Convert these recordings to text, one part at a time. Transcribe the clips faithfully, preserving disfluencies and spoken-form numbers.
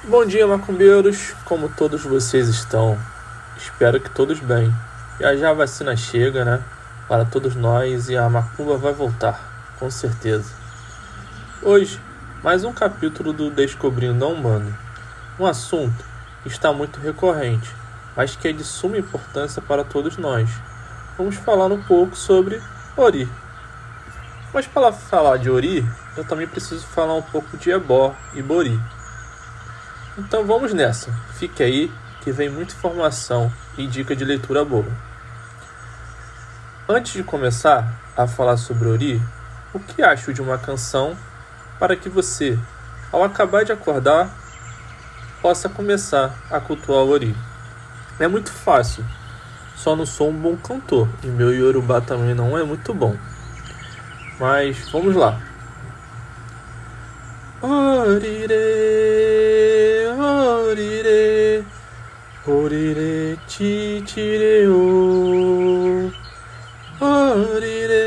Bom dia, macumbeiros, como todos vocês estão? Espero que todos bem. Já já a vacina chega, né? Para todos nós e a macumba vai voltar, com certeza. Hoje, mais um capítulo do Descobrindo a Umbanda. Um assunto que está muito recorrente, mas que é de suma importância para todos nós. Vamos falar um pouco sobre Ori. Mas para falar de Ori, eu também preciso falar um pouco de Ebó e Bori. Então vamos nessa, fique aí que vem muita informação e dica de leitura boa. Antes de começar a falar sobre Ori, o que acho de uma canção para que você, ao acabar de acordar, possa começar a cultuar o Ori? É muito fácil, só não sou um bom cantor e meu Yorubá também não é muito bom. Mas vamos lá. Orire, orire, orire, chichireo. Orire,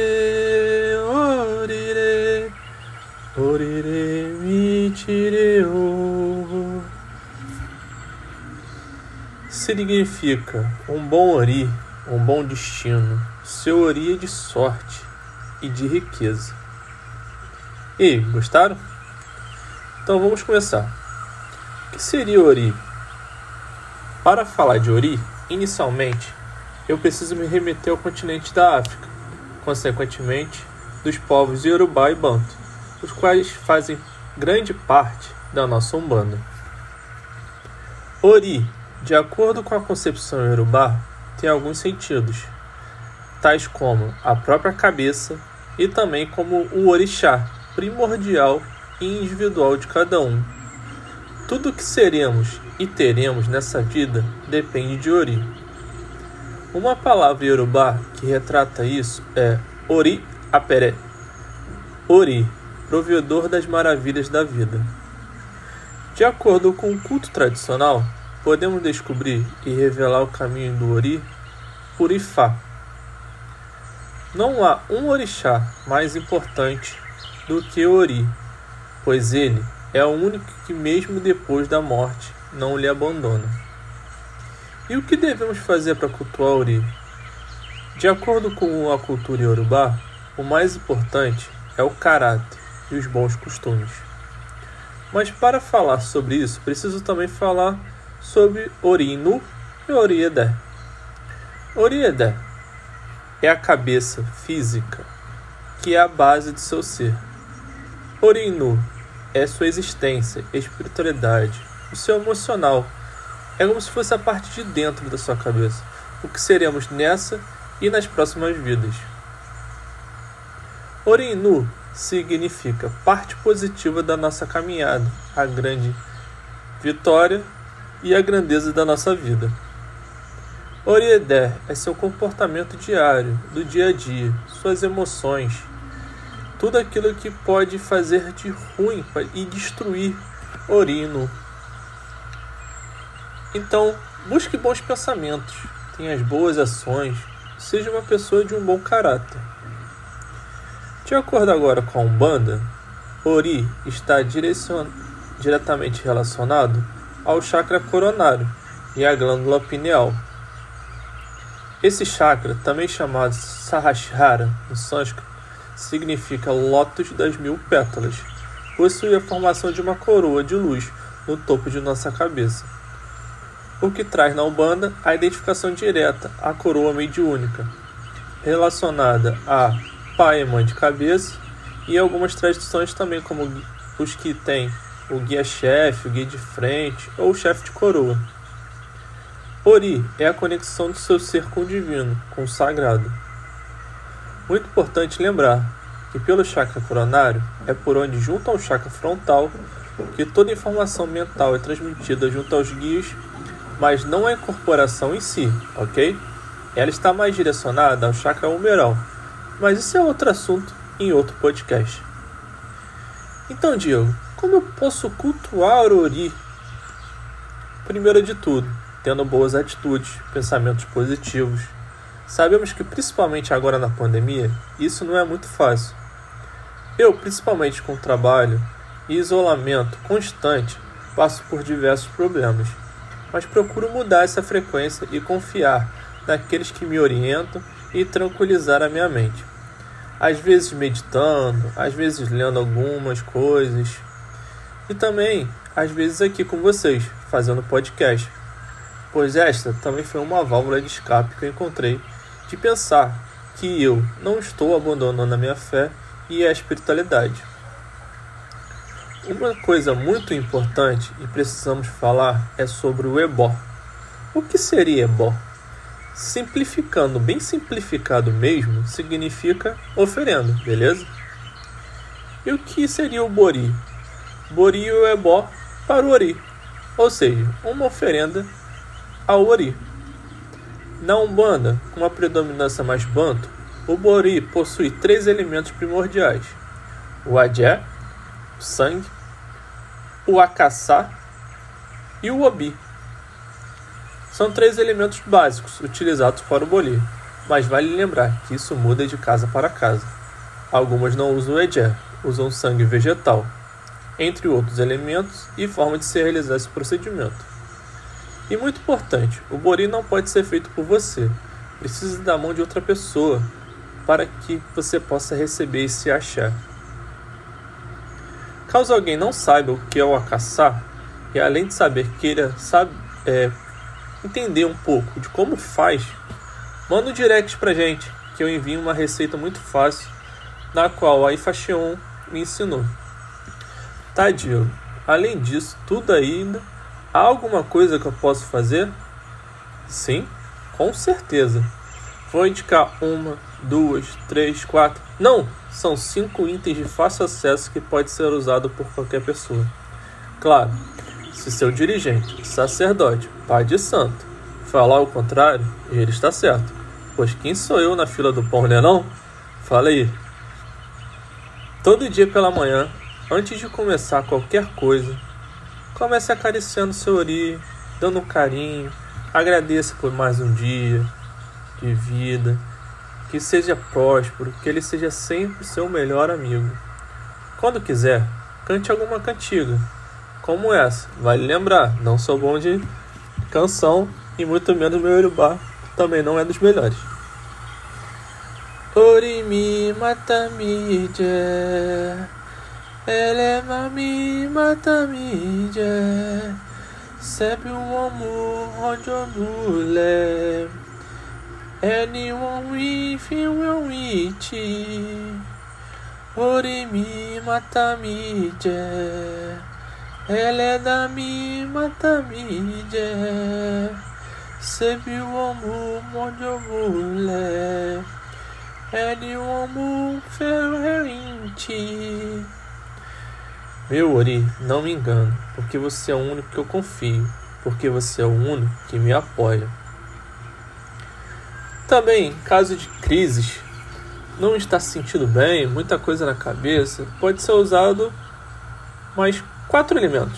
orire, orire, michireo. Significa um bom Ori, um bom destino. Seu Ori é de sorte e de riqueza. E gostaram? Então vamos começar. O que seria Ori? Para falar de Ori, inicialmente, eu preciso me remeter ao continente da África, consequentemente, dos povos Yorubá e Banto, os quais fazem grande parte da nossa Umbanda. Ori, de acordo com a concepção Yorubá, tem alguns sentidos, tais como a própria cabeça e também como o orixá primordial e individual de cada um. Tudo o que seremos e teremos nessa vida depende de Ori. Uma palavra Yorubá que retrata isso é Ori Apere. Ori, provedor das maravilhas da vida. De acordo com o culto tradicional, podemos descobrir e revelar o caminho do Ori por Ifá. Não há um orixá mais importante do que Ori, pois ele é o único que mesmo depois da morte não lhe abandona. E o que devemos fazer para cultuar Ori? De acordo com a cultura Yorubá, o mais importante é o caráter e os bons costumes. Mas para falar sobre isso, preciso também falar sobre Ori Nu e Ori Edé. Ori Edé é a cabeça física, que é a base de seu ser. Ori Nu é sua existência, espiritualidade, o seu emocional. É como se fosse a parte de dentro da sua cabeça, o que seremos nessa e nas próximas vidas. Ori Nu significa parte positiva da nossa caminhada, a grande vitória e a grandeza da nossa vida. Ori Edé é seu comportamento diário, do dia a dia, suas emoções, tudo aquilo que pode fazer de ruim e destruir Ori Nu. Então, busque bons pensamentos, tenha as boas ações, seja uma pessoa de um bom caráter. De acordo agora com a Umbanda, Ori está direcion... diretamente relacionado ao chakra coronário e à glândula pineal. Esse chakra, também chamado Sahasrara no sânscrito, significa lótus das mil pétalas. Possui a formação de uma coroa de luz no topo de nossa cabeça, o que traz na Umbanda a identificação direta à coroa mediúnica, relacionada a pai e mãe de cabeça, e algumas tradições também, como os que têm o guia-chefe, o guia de frente ou o chefe de coroa. Ori é a conexão do seu ser com o divino, com o sagrado. Muito importante lembrar que pelo chakra coronário é por onde, junto ao chakra frontal, que toda informação mental é transmitida junto aos guias, mas não a incorporação em si, ok? Ela está mais direcionada ao chakra humeral, mas isso é outro assunto em outro podcast. Então, Diego, como eu posso cultuar Ori? Primeiro de tudo, tendo boas atitudes, pensamentos positivos. Sabemos que, principalmente agora na pandemia, isso não é muito fácil. Eu, principalmente com trabalho e isolamento constante, passo por diversos problemas, mas procuro mudar essa frequência e confiar naqueles que me orientam e tranquilizar a minha mente. Às vezes meditando, às vezes lendo algumas coisas e também, às vezes aqui com vocês, fazendo podcast, pois esta também foi uma válvula de escape que eu encontrei de pensar que eu não estou abandonando a minha fé e a espiritualidade. Uma coisa muito importante e precisamos falar é sobre o ebó. O que seria ebó? Simplificando, bem simplificado mesmo, significa oferenda, beleza? E o que seria o bori? Bori ou ebó para o ori, ou seja, uma oferenda ao ori. Na Umbanda, com uma predominância mais banto, o bori possui três elementos primordiais: o adé, o sangue, o acaçá e o obi. São três elementos básicos utilizados para o bori, mas vale lembrar que isso muda de casa para casa. Algumas não usam o adé, usam sangue vegetal, entre outros elementos e forma de se realizar esse procedimento. E muito importante, o bori não pode ser feito por você, precisa da mão de outra pessoa para que você possa receber esse axé. Caso alguém não saiba o que é o acaçá, e além de saber queira sabe, é, entender um pouco de como faz, manda um direct pra gente, que eu envio uma receita muito fácil, na qual a Ifaxion me ensinou. Tá, Diego? Além disso, tudo ainda, há alguma coisa que eu posso fazer? Sim, com certeza. Vou indicar uma, duas, três, quatro... Não! São cinco itens de fácil acesso que pode ser usado por qualquer pessoa. Claro, se seu dirigente, sacerdote, pai de santo, falar o contrário, ele está certo. Pois quem sou eu na fila do pão, né não? Fala aí. Todo dia pela manhã, antes de começar qualquer coisa, comece acariciando seu ori, dando um carinho, agradeça por mais um dia de vida, que seja próspero, que ele seja sempre seu melhor amigo. Quando quiser, cante alguma cantiga, como essa. Vale lembrar, não sou bom de canção e muito menos meu Yorubá também não é dos melhores. Orimi matamije, elema-mi matamije, sebi um amor onde eu mulher. Anyone with you will meet. Orimi matamije, ele da mi matamije, sebi o amor onde eu mulher. Anyone ferrente. Meu ori, não me engano, porque você é o único que eu confio, porque você é o único que me apoia. Também, em caso de crises, não está se sentindo bem, muita coisa na cabeça, pode ser usado mais quatro elementos.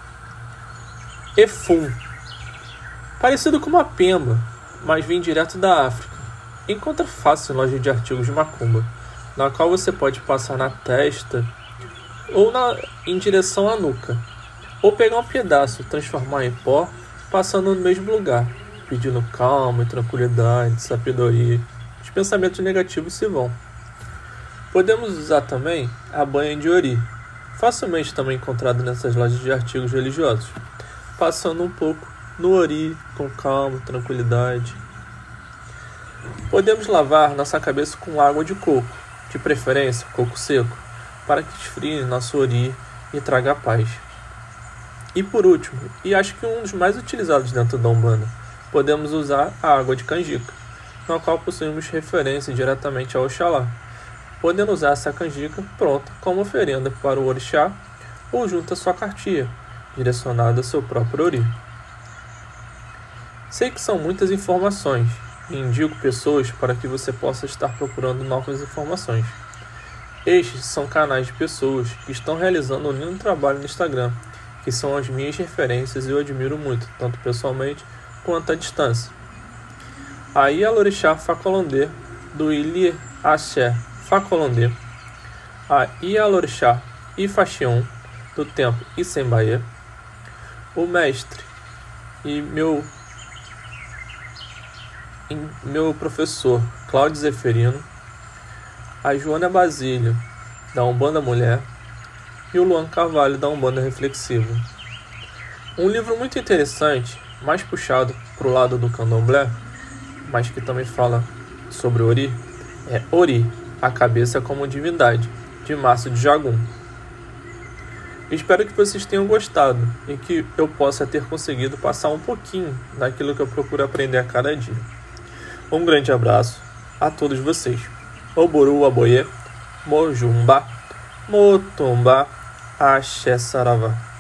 Efum, parecido com uma pemba, mas vem direto da África. Encontra fácil em loja de artigos de macumba, na qual você pode passar na testa ou na, em direção à nuca, ou pegar um pedaço, transformar em pó, passando no mesmo lugar, pedindo calma e tranquilidade, sabedoria. Os pensamentos negativos se vão. Podemos usar também a banha de ori, facilmente também encontrada nessas lojas de artigos religiosos, passando um pouco no ori com calma e tranquilidade. Podemos lavar nossa cabeça com água de coco, de preferência coco seco, para que esfrie nosso ori e traga paz. E por último, e acho que um dos mais utilizados dentro da Umbanda, podemos usar a água de canjica, na qual possuímos referência diretamente ao Oxalá, podendo usar essa canjica pronta como oferenda para o orixá ou junto à sua cartilha, direcionada ao seu próprio ori. Sei que são muitas informações e indico pessoas para que você possa estar procurando novas informações. Estes são canais de pessoas que estão realizando um lindo trabalho no Instagram, que são as minhas referências e eu admiro muito, tanto pessoalmente quanto à distância. A Ialorixá Facolondê, do Ili Axé Facolondê, a Ialorixá Ifaxion, do Templo Isembaê, o mestre e meu, meu professor Cláudio Zeferino, a Joana Basílio, da Umbanda Mulher, e o Luan Carvalho, da Umbanda Reflexiva. Um livro muito interessante, mais puxado para o lado do candomblé, mas que também fala sobre Ori, é Ori, a Cabeça como Divindade, de Márcio de Jagum. Espero que vocês tenham gostado e que eu possa ter conseguido passar um pouquinho daquilo que eu procuro aprender a cada dia. Um grande abraço a todos vocês. Oboru Aboye, Mojumba, Motumba, Axé Saravá.